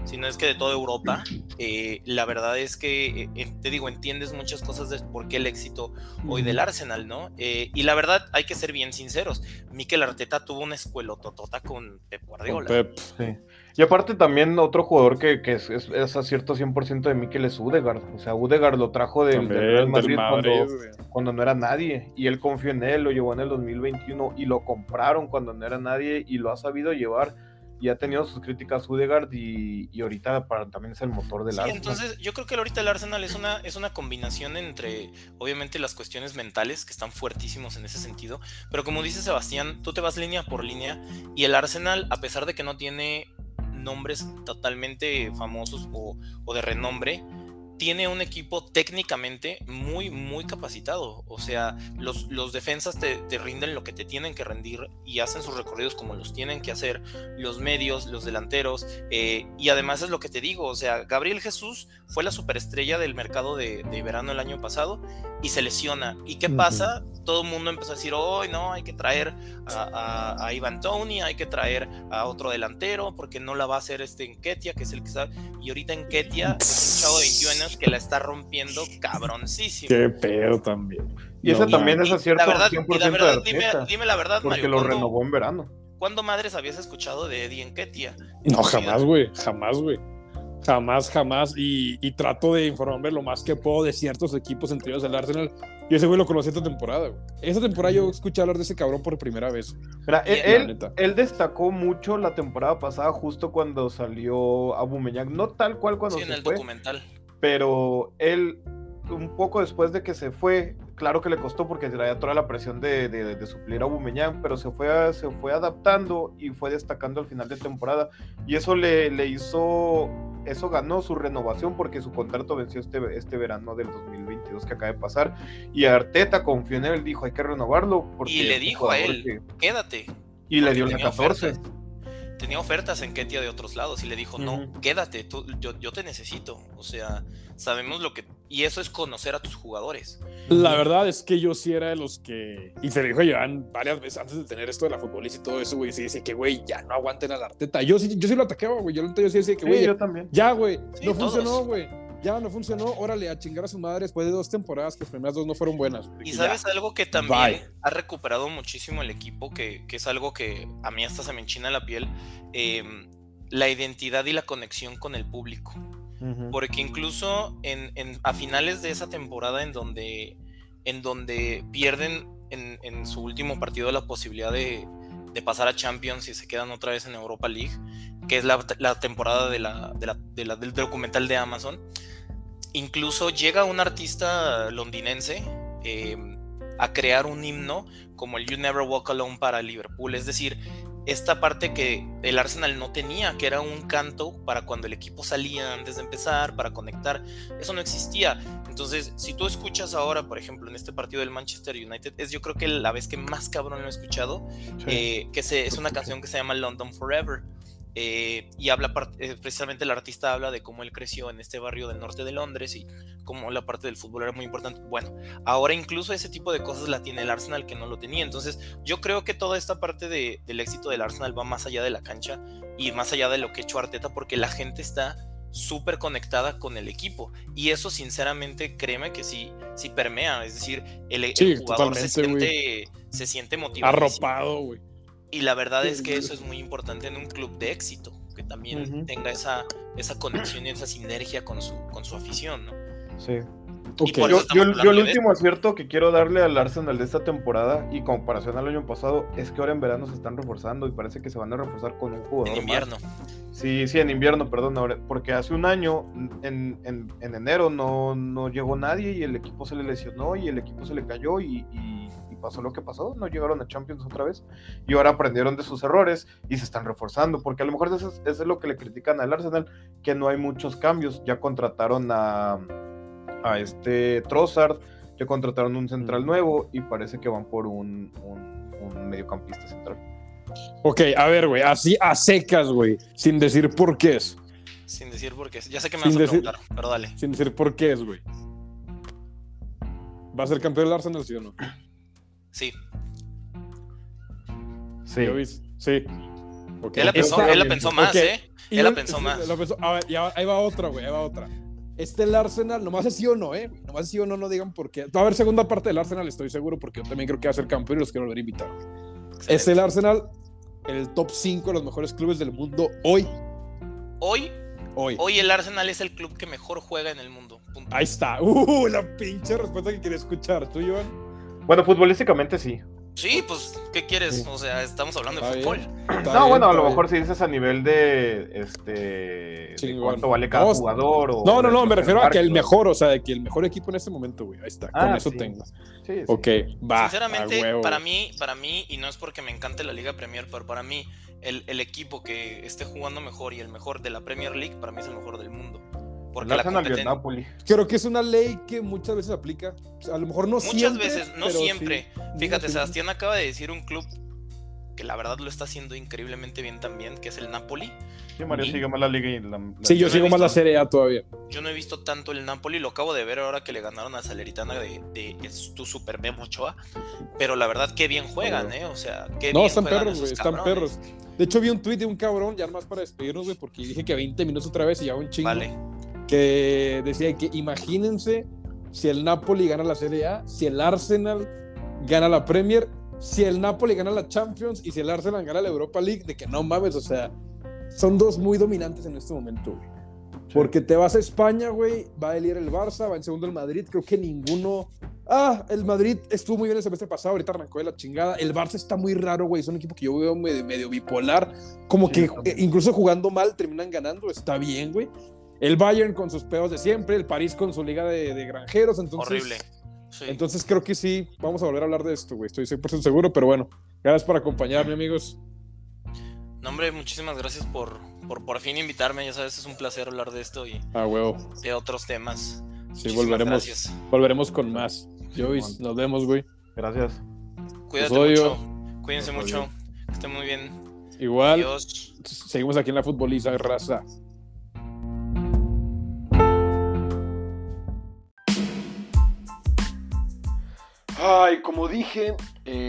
Speaker 3: sino es que de toda Europa. Eh, la verdad es que, eh, te digo, entiendes muchas cosas de por qué el éxito hoy del Arsenal, ¿no? Eh, y la verdad, hay que ser bien sinceros. Mikel Arteta tuvo una escuelototota con Pep Guardiola.
Speaker 4: Con Pep.
Speaker 2: Sí. Y aparte también otro jugador que, que es, es, es acierto cien por ciento de Mikel es Ødegaard. O sea, Ødegaard lo trajo del,
Speaker 4: También,
Speaker 2: del Real
Speaker 4: del
Speaker 2: Madrid,
Speaker 4: Madrid,
Speaker 2: cuando, cuando no era nadie. Y él confió en él, lo llevó en el dos mil veintiuno y lo compraron cuando no era nadie y lo ha sabido llevar. Y ha tenido sus críticas Ødegaard y, y ahorita para, también es el motor del
Speaker 3: Sí,
Speaker 2: Arsenal.
Speaker 3: entonces yo creo que ahorita el Arsenal es una, es una combinación entre, obviamente, las cuestiones mentales, que están fuertísimos en ese sentido, pero como dice Sebastián, tú te vas línea por línea, y el Arsenal, a pesar de que no tiene nombres totalmente famosos o, o de renombre, tiene un equipo técnicamente muy, muy capacitado. O sea, los, los defensas te, te rinden lo que te tienen que rendir y hacen sus recorridos como los tienen que hacer, los medios, los delanteros, eh, y además es lo que te digo, o sea, Gabriel Jesús fue la superestrella del mercado de, de verano el año pasado y se lesiona. ¿Y qué pasa? Uh-huh. Todo el mundo empezó a decir, oh, no, hay que traer a, a, a Ivan Toney, hay que traer a otro delantero, porque no la va a hacer este Nketiah, que es el que sabe. Y ahorita Nketiah es un chavo de veintiún años que la está rompiendo cabroncísimo.
Speaker 4: Qué pedo también.
Speaker 2: Y ese
Speaker 4: no,
Speaker 2: también es acierto
Speaker 3: la verdad,
Speaker 2: cien por
Speaker 3: y la
Speaker 2: ciento
Speaker 3: verdad,
Speaker 2: de
Speaker 3: dime,
Speaker 2: Arteta,
Speaker 3: dime la verdad,
Speaker 2: porque
Speaker 3: Mario,
Speaker 2: lo
Speaker 3: ¿cuándo,
Speaker 2: renovó en verano.
Speaker 3: ¿cuándo madres habías escuchado de Eddie Nketiah?
Speaker 4: No, jamás, güey, jamás, güey. Jamás, jamás. Y, y trato de informarme lo más que puedo de ciertos equipos, entre ellos el Arsenal. Yo ese güey lo conocí esta temporada, güey. Esta temporada yo escuché hablar de ese cabrón por primera vez.
Speaker 2: Mira, él, él, él destacó mucho la temporada pasada, justo cuando salió Aubameyang. No tal cual cuando
Speaker 3: sí,
Speaker 2: se
Speaker 3: en el
Speaker 2: fue,
Speaker 3: documental.
Speaker 2: Pero él, un poco después de que se fue, claro que le costó porque traía toda la presión de, de, de suplir a Aubameyang, pero se fue, se fue adaptando y fue destacando al final de temporada. Y eso le, le hizo... Eso ganó su renovación porque su contrato venció este, este verano del dos mil veintidós que acaba de pasar. Y Arteta confió en él, dijo, hay que renovarlo. Porque
Speaker 3: y le dijo a él, que... quédate.
Speaker 2: Y le dio la catorce.
Speaker 3: Ofertas. Tenía ofertas en Nketiah de otros lados y le dijo, no, uh-huh. quédate, tú, yo, yo te necesito. O sea, sabemos lo que... Y eso es conocer a tus jugadores.
Speaker 4: La verdad es que yo sí era de los que... Y se lo dijo a Joan varias veces antes de tener esto de la futbolista y todo eso, güey. Sí decía que, güey, ya no aguanten a la Arteta. Yo sí, yo sí lo atacaba, güey. Yo, yo sí decía que, güey,
Speaker 2: sí, yo también.
Speaker 4: Ya, güey,
Speaker 3: sí,
Speaker 4: no
Speaker 3: todos.
Speaker 4: funcionó, güey. Ya no funcionó, órale, a chingar a su madre después de dos temporadas que las primeras dos no fueron buenas.
Speaker 3: Y sabes ya. Algo que también Bye. ha recuperado muchísimo el equipo, que, que es algo que a mí hasta se me enchina la piel, eh, la identidad y la conexión con el público. Uh-huh. Porque incluso en, en, a finales de esa temporada en donde, en donde pierden en, en su último partido la posibilidad de, de pasar a Champions y se quedan otra vez en Europa League, que es la, la temporada de la, de la, de la, del documental de Amazon, incluso llega un artista londinense eh, a crear un himno como el You Never Walk Alone para Liverpool. Es decir, esta parte que el Arsenal no tenía, que era un canto para cuando el equipo salía antes de empezar, para conectar, eso no existía. Entonces, si tú escuchas ahora, por ejemplo, en este partido del Manchester United, es yo creo que la vez que más cabrón lo he escuchado, sí. eh, que se, es una canción que se llama London Forever. Eh, y habla eh, precisamente el artista habla de cómo él creció en este barrio del norte de Londres y cómo la parte del fútbol era muy importante. Bueno, ahora incluso ese tipo de cosas la tiene el Arsenal que no lo tenía. Entonces yo creo que toda esta parte de, del éxito del Arsenal va más allá de la cancha y más allá de lo que ha hecho Arteta, porque la gente está súper conectada con el equipo y eso sinceramente créeme que sí, sí permea. Es decir, el,
Speaker 4: sí,
Speaker 3: el jugador se siente, se siente motivado,
Speaker 4: arropado, güey.
Speaker 3: Y la verdad es que eso es muy importante en un club de éxito, que también uh-huh. tenga esa, esa conexión y esa sinergia con su, con su afición, ¿no?
Speaker 2: Sí. Okay. Yo, yo, yo el último acierto que quiero darle al Arsenal de esta temporada y comparación al año pasado es que ahora en verano se están reforzando y parece que se van a reforzar con un jugador
Speaker 3: en invierno.
Speaker 2: Más. Sí, sí, en invierno, perdón, ahora, porque hace un año, en, en, en enero, no, no llegó nadie y el equipo se le lesionó y el equipo se le cayó y, y, y pasó lo que pasó, no llegaron a Champions otra vez y ahora aprendieron de sus errores y se están reforzando, porque a lo mejor eso es, eso es lo que le critican al Arsenal, que no hay muchos cambios. Ya contrataron a... a este Trossard, ya contrataron un central nuevo y parece que van por un, un, un mediocampista central.
Speaker 4: Ok, a ver, güey, así a secas, güey, sin decir por qué es.
Speaker 3: Sin decir por qué es. Ya sé que me sin vas a decir, preguntar, pero dale.
Speaker 4: Sin decir por qué es, güey. ¿Va a ser campeón del Arsenal, sí o no?
Speaker 3: Sí.
Speaker 2: Sí.
Speaker 4: Sí. Okay.
Speaker 3: Él la pensó, él la pensó más, okay. ¿eh? Él la pensó más.
Speaker 4: Lo pensó, a ver, ya, ahí va otra, güey, ahí va otra. Este el Arsenal, nomás es sí o no, ¿eh? Nomás es sí o no, no digan por qué. Va a haber segunda parte del Arsenal, estoy seguro, porque yo también creo que va a ser campeón y los quiero volver a invitar.
Speaker 3: Excelente.
Speaker 4: Es el Arsenal, el top cinco de los mejores clubes del mundo hoy.
Speaker 3: Hoy,
Speaker 4: Hoy.
Speaker 3: hoy el Arsenal es el club que mejor juega en el mundo. Punto.
Speaker 4: Ahí está. Uh, la pinche respuesta que quería escuchar. ¿Tú, Joan?
Speaker 2: Bueno, futbolísticamente sí.
Speaker 3: Sí, pues, ¿qué quieres? O sea, estamos hablando de
Speaker 4: Está
Speaker 3: fútbol.
Speaker 4: bien. Está
Speaker 2: No,
Speaker 4: bien,
Speaker 2: bueno, a
Speaker 4: está
Speaker 2: lo
Speaker 4: bien.
Speaker 2: mejor si dices a nivel de este de
Speaker 4: Chingón.
Speaker 2: cuánto vale cada
Speaker 4: No,
Speaker 2: jugador o
Speaker 4: No, no,
Speaker 2: de
Speaker 4: no,
Speaker 2: lo
Speaker 4: me refiero a que el
Speaker 2: marque,
Speaker 4: mejor, o sea, de que el mejor equipo en este momento, güey. Ahí está,
Speaker 2: Ah,
Speaker 4: con eso
Speaker 2: sí.
Speaker 4: tengo.
Speaker 2: Sí, sí.
Speaker 4: Ok, va.
Speaker 3: Sinceramente,
Speaker 4: a huevo.
Speaker 3: para mí, para mí, y no es porque me encante la Liga Premier, pero para mí, el, el equipo que esté jugando mejor y el mejor de la Premier League, para mí es el mejor del mundo. Porque
Speaker 2: El
Speaker 3: la
Speaker 2: Arsenal y el
Speaker 3: competencia...
Speaker 2: Napoli.
Speaker 4: Creo que es una ley que muchas veces aplica. O sea, a lo mejor no
Speaker 3: Muchas
Speaker 4: siempre.
Speaker 3: veces, no
Speaker 4: pero
Speaker 3: siempre.
Speaker 4: sí.
Speaker 3: Fíjate,
Speaker 4: Sí.
Speaker 3: Sebastián acaba de decir un club que la verdad lo está haciendo increíblemente bien también, que es el Napoli.
Speaker 2: Sí, Mario
Speaker 3: ¿Y?
Speaker 2: sigue más la liga y la, la-
Speaker 4: Sí, yo
Speaker 3: Yo no he
Speaker 4: sigo más
Speaker 3: visto-
Speaker 4: la Serie A todavía.
Speaker 3: Yo no he visto tanto el Napoli, lo acabo de ver ahora que le ganaron a Salernitana de, de es tu Super Memo Ochoa, pero la verdad que bien juegan, ¿eh? O sea, qué
Speaker 4: No,
Speaker 3: bien
Speaker 4: están
Speaker 3: juegan
Speaker 4: perros,
Speaker 3: esos
Speaker 4: güey, están
Speaker 3: cabrones.
Speaker 4: perros. De hecho, vi un tweet de un cabrón, ya más para despedirnos, güey, porque dije que veinte minutos otra vez y ya un chingo.
Speaker 3: Vale.
Speaker 4: Que decía que imagínense si el Napoli gana la Serie A, si el Arsenal gana la Premier, si el Napoli gana la Champions y si el Arsenal gana la Europa League, de que no mames, o sea, son dos muy dominantes en este momento, güey. Porque te vas a España, güey, va a líder el Barça, va en segundo el Madrid, creo que ninguno... Ah, el Madrid estuvo muy bien el semestre pasado, ahorita arrancó de la chingada. El Barça está muy raro, güey, es un equipo que yo veo medio, medio bipolar, como
Speaker 2: Sí,
Speaker 4: que
Speaker 2: también.
Speaker 4: eh, incluso jugando mal terminan ganando, está bien, güey. El Bayern con sus pedos de siempre, el París con su liga de, de granjeros, entonces...
Speaker 3: Horrible. Sí.
Speaker 4: Entonces creo que sí, vamos a volver a hablar de esto, güey, estoy cien por ciento seguro, pero bueno, gracias por acompañarme, amigos.
Speaker 3: No, hombre, muchísimas gracias por, por por fin invitarme. Ya sabes, es un placer hablar de esto y
Speaker 4: Ah, huevo.
Speaker 3: de otros temas.
Speaker 4: Sí,
Speaker 3: Muchísimas
Speaker 4: volveremos,
Speaker 3: gracias.
Speaker 4: volveremos con más. Joyce, nos vemos, güey.
Speaker 2: Gracias.
Speaker 3: Cuídate
Speaker 4: Los odio.
Speaker 3: mucho. Cuídense
Speaker 2: Los
Speaker 3: mucho.
Speaker 2: odio.
Speaker 3: Que estén muy bien.
Speaker 4: Igual,
Speaker 3: Adiós.
Speaker 4: seguimos aquí en la futboliza, raza. Ay, como dije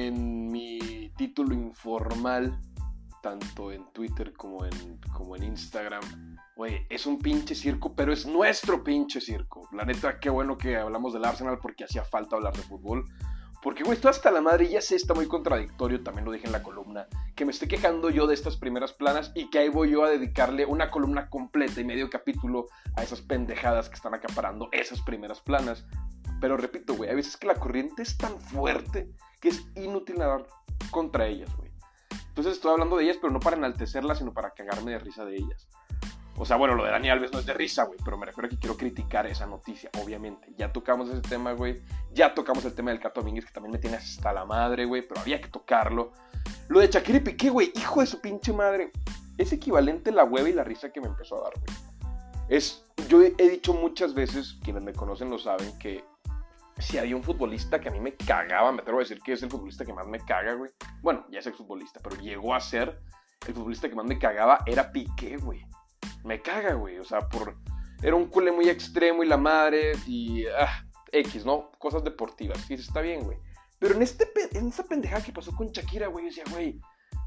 Speaker 4: en mi título informal, tanto en Twitter como en, como en Instagram, güey, es un pinche circo, pero es nuestro pinche circo. La neta, qué bueno que hablamos del Arsenal porque hacía falta hablar de fútbol. Porque, güey, esto hasta la madre, ya sé, está muy contradictorio, también lo dije en la columna, que me estoy quejando yo de estas primeras planas y que ahí voy yo a dedicarle una columna completa y medio capítulo a esas pendejadas que están acaparando esas primeras planas. Pero repito, güey, hay veces que la corriente es tan fuerte que es inútil nadar contra ellas, güey. Entonces estoy hablando de ellas, pero no para enaltecerlas, sino para cagarme de risa de ellas. O sea, bueno, lo de Dani Alves no es de risa, güey, pero me refiero a que quiero criticar esa noticia, obviamente. Ya tocamos ese tema, güey. Ya tocamos el tema del Cato Domínguez, que también me tiene hasta la madre, güey, pero había que tocarlo. Lo de Shakira y Piqué, güey, hijo de su pinche madre. Es equivalente la hueva y la risa que me empezó a dar, güey. Es, yo he, he dicho muchas veces, quienes me conocen lo saben, que si había un futbolista que a mí me cagaba, me atrevo a decir que es el futbolista que más me caga, güey. Bueno, ya es exfutbolista, pero llegó a ser el futbolista que más me cagaba, era Piqué, güey. Me caga, güey, o sea, por... Era un culé muy extremo y la madre, y... Ah, X, ¿no? Cosas deportivas, y eso está bien, güey. Pero en, este, en esa pendejada que pasó con Shakira, güey, yo decía, güey,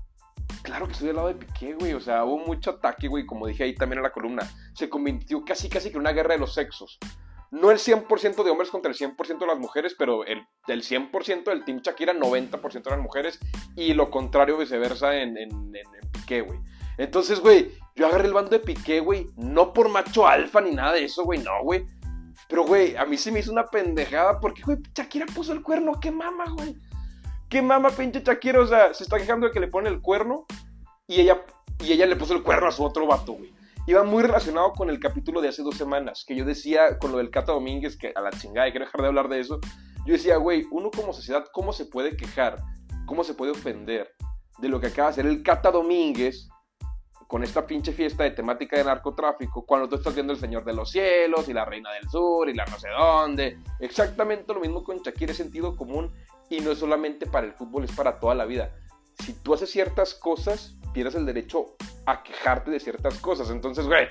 Speaker 4: claro que estoy del lado de Piqué, güey, o sea, hubo mucho ataque, güey, como dije ahí también en la columna. Se convirtió casi, casi que en una guerra de los sexos. No el cien por ciento de hombres contra el cien por ciento de las mujeres, pero el, el cien por ciento del team Shakira, noventa por ciento eran mujeres, y lo contrario viceversa en, en, en, en Piqué, güey. Entonces, güey, yo agarré el bando de Piqué, güey, no por macho alfa ni nada de eso, güey, no, güey. Pero, güey, a mí se me hizo una pendejada porque, güey, Shakira puso el cuerno, qué mama, güey. Qué mama, pinche Shakira, o sea, se está quejando de que le pone el cuerno y ella, y ella le puso el cuerno a su otro vato, güey. Iba muy relacionado con el capítulo de hace dos semanas, que yo decía con lo del Cata Domínguez, que a la chingada, y quiero dejar de hablar de eso. Yo decía, güey, uno como sociedad, ¿cómo se puede quejar? ¿Cómo se puede ofender de lo que acaba de hacer el Cata Domínguez con esta pinche fiesta de temática de narcotráfico, cuando tú estás viendo El Señor de los Cielos, y La Reina del Sur, y la no sé dónde? Exactamente lo mismo con Shakira, es sentido común, y no es solamente para el fútbol, es para toda la vida. Si tú haces ciertas cosas, tienes el derecho a quejarte de ciertas cosas. Entonces, güey,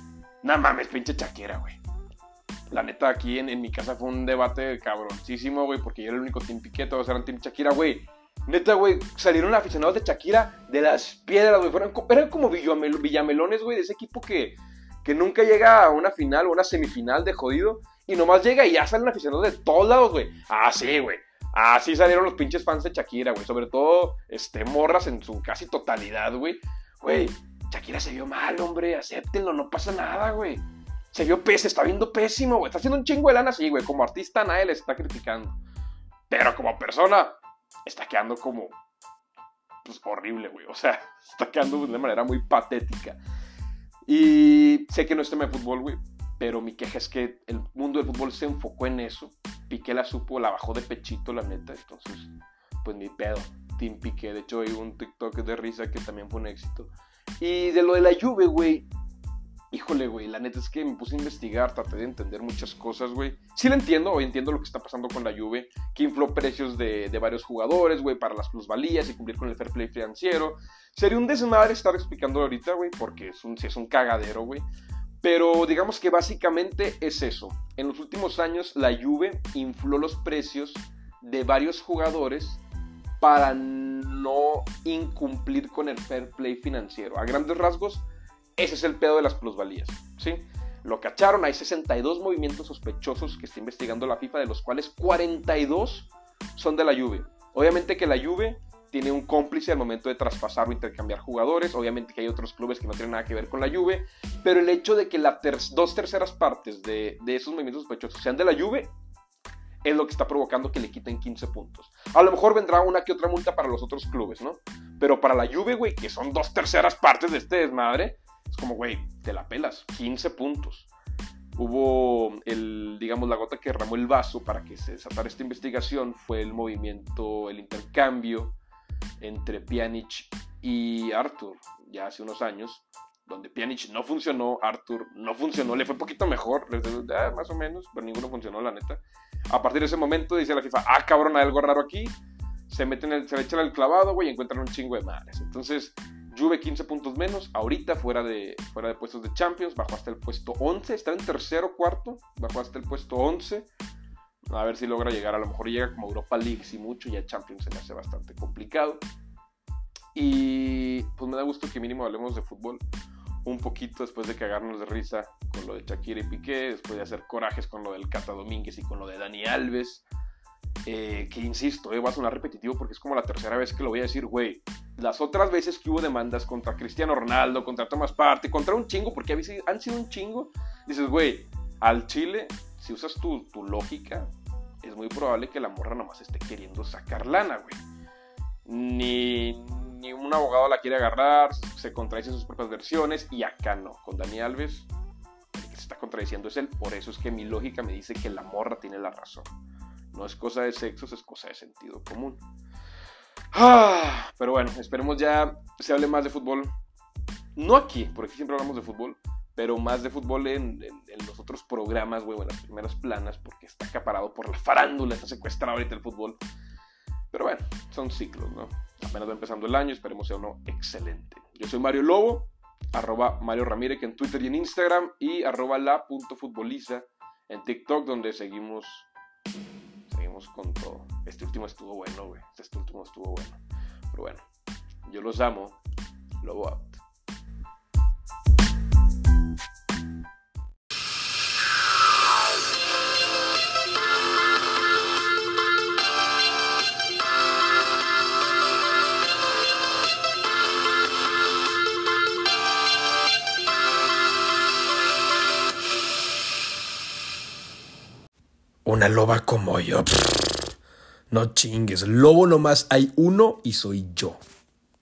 Speaker 4: no mames, pinche Shakira, güey. La neta, aquí en, en mi casa fue un debate cabroncísimo, güey, porque yo era el único team Piqué, todos eran team Shakira, güey.
Speaker 1: Neta, güey, salieron aficionados de Shakira de las piedras, güey. Fueron, eran como villamel, villamelones, güey, de ese equipo que, que nunca llega a una final o una semifinal de jodido. Y nomás llega y ya salen aficionados de todos lados, güey. Ah, sí, güey. Así salieron los pinches fans de Shakira, güey. Sobre todo, este, morras en su casi totalidad, güey. Güey, Shakira se vio mal, hombre. Acéptenlo, no pasa nada, güey. Se vio pésimo, se está viendo pésimo, güey. Está haciendo un chingo de lana, sí, güey. Como artista nadie le está criticando. Pero como persona, está quedando como, pues, horrible, güey. O sea, está quedando de una manera muy patética. Y sé que no es tema de fútbol, güey. Pero mi queja es que el mundo del fútbol se enfocó en eso. Piqué la supo, la bajó de pechito, la neta. Entonces, pues ni pedo. Team Piqué. De hecho, hay un TikTok de risa que también fue un éxito. Y de lo de la Juve, güey. Híjole, güey, la neta es que me puse a investigar, traté de entender muchas cosas, güey. Sí lo entiendo, hoy entiendo lo que está pasando con la Juve, que infló precios de, de varios jugadores, güey, para las plusvalías y cumplir con el fair play financiero. Sería un desmadre estar explicándolo ahorita, güey, porque es un, es un cagadero, güey. Pero digamos que básicamente es eso. En los últimos años la Juve infló los precios de varios jugadores para no incumplir con el fair play financiero. A grandes rasgos, ese es el pedo de las plusvalías, ¿sí? Lo cacharon, hay sesenta y dos movimientos sospechosos que está investigando la FIFA, de los cuales cuarenta y dos son de la Juve. Obviamente que la Juve tiene un cómplice al momento de traspasar o intercambiar jugadores, obviamente que hay otros clubes que no tienen nada que ver con la Juve, pero el hecho de que las ter- dos terceras partes de, de esos movimientos sospechosos sean de la Juve es lo que está provocando que le quiten quince puntos. A lo mejor vendrá una que otra multa para los otros clubes, ¿no? Pero para la Juve, güey, que son dos terceras partes de este desmadre, es como, güey, te la pelas, quince puntos. Hubo, el, digamos, la gota que derramó el vaso para que se desatara esta investigación fue el movimiento, el intercambio entre Pjanic y Arthur, ya hace unos años, donde Pjanic no funcionó, Arthur no funcionó, le fue un poquito mejor, eh, más o menos, pero ninguno funcionó, la neta. A partir de ese momento dice la FIFA, ah, cabrón, hay algo raro aquí, se meten el, se le echan el clavado, güey, y encuentran un chingo de madres. Entonces, Juve quince puntos menos, ahorita fuera de, fuera de puestos de Champions, bajó hasta el puesto once, estaba en tercero o cuarto, bajó hasta el puesto once, a ver si logra llegar, a lo mejor llega como Europa League, si mucho, ya Champions se me hace bastante complicado. Y pues me da gusto que mínimo hablemos de fútbol un poquito después de cagarnos de risa con lo de Shakira y Piqué, después de hacer corajes con lo del Cata Domínguez y con lo de Dani Alves. Eh, que insisto, eh, va a sonar repetitivo porque es como la tercera vez que lo voy a decir, güey. Las otras veces que hubo demandas contra Cristiano Ronaldo, contra Thomas Partey, contra un chingo, porque han sido un chingo, dices, güey, al Chile, si usas tu, tu lógica, es muy probable que la morra nomás esté queriendo sacar lana, güey. Ni, ni un abogado la quiere agarrar, se contradice sus propias versiones, y acá no, con Dani Alves, el que se está contradiciendo es él, por eso es que mi lógica me dice que la morra tiene la razón. No es cosa de sexos, es cosa de sentido común. Ah, pero bueno, esperemos ya se hable más de fútbol. No aquí, porque aquí siempre hablamos de fútbol, pero más de fútbol en, en, en los otros programas, güey, en las primeras planas, porque está acaparado por la farándula, está secuestrado ahorita el fútbol. Pero bueno, son ciclos, ¿no? Apenas va empezando el año, esperemos sea uno excelente. Yo soy Mario Lobo, arroba Mario Ramírez en Twitter y en Instagram, y arroba la.futboliza en TikTok, donde seguimos... Seguimos con todo. Este último estuvo bueno, güey. Este último estuvo bueno. Pero bueno, yo los amo. Lobo out.
Speaker 5: Una loba como yo. Pff, no chingues. Lobo nomás hay uno y soy yo.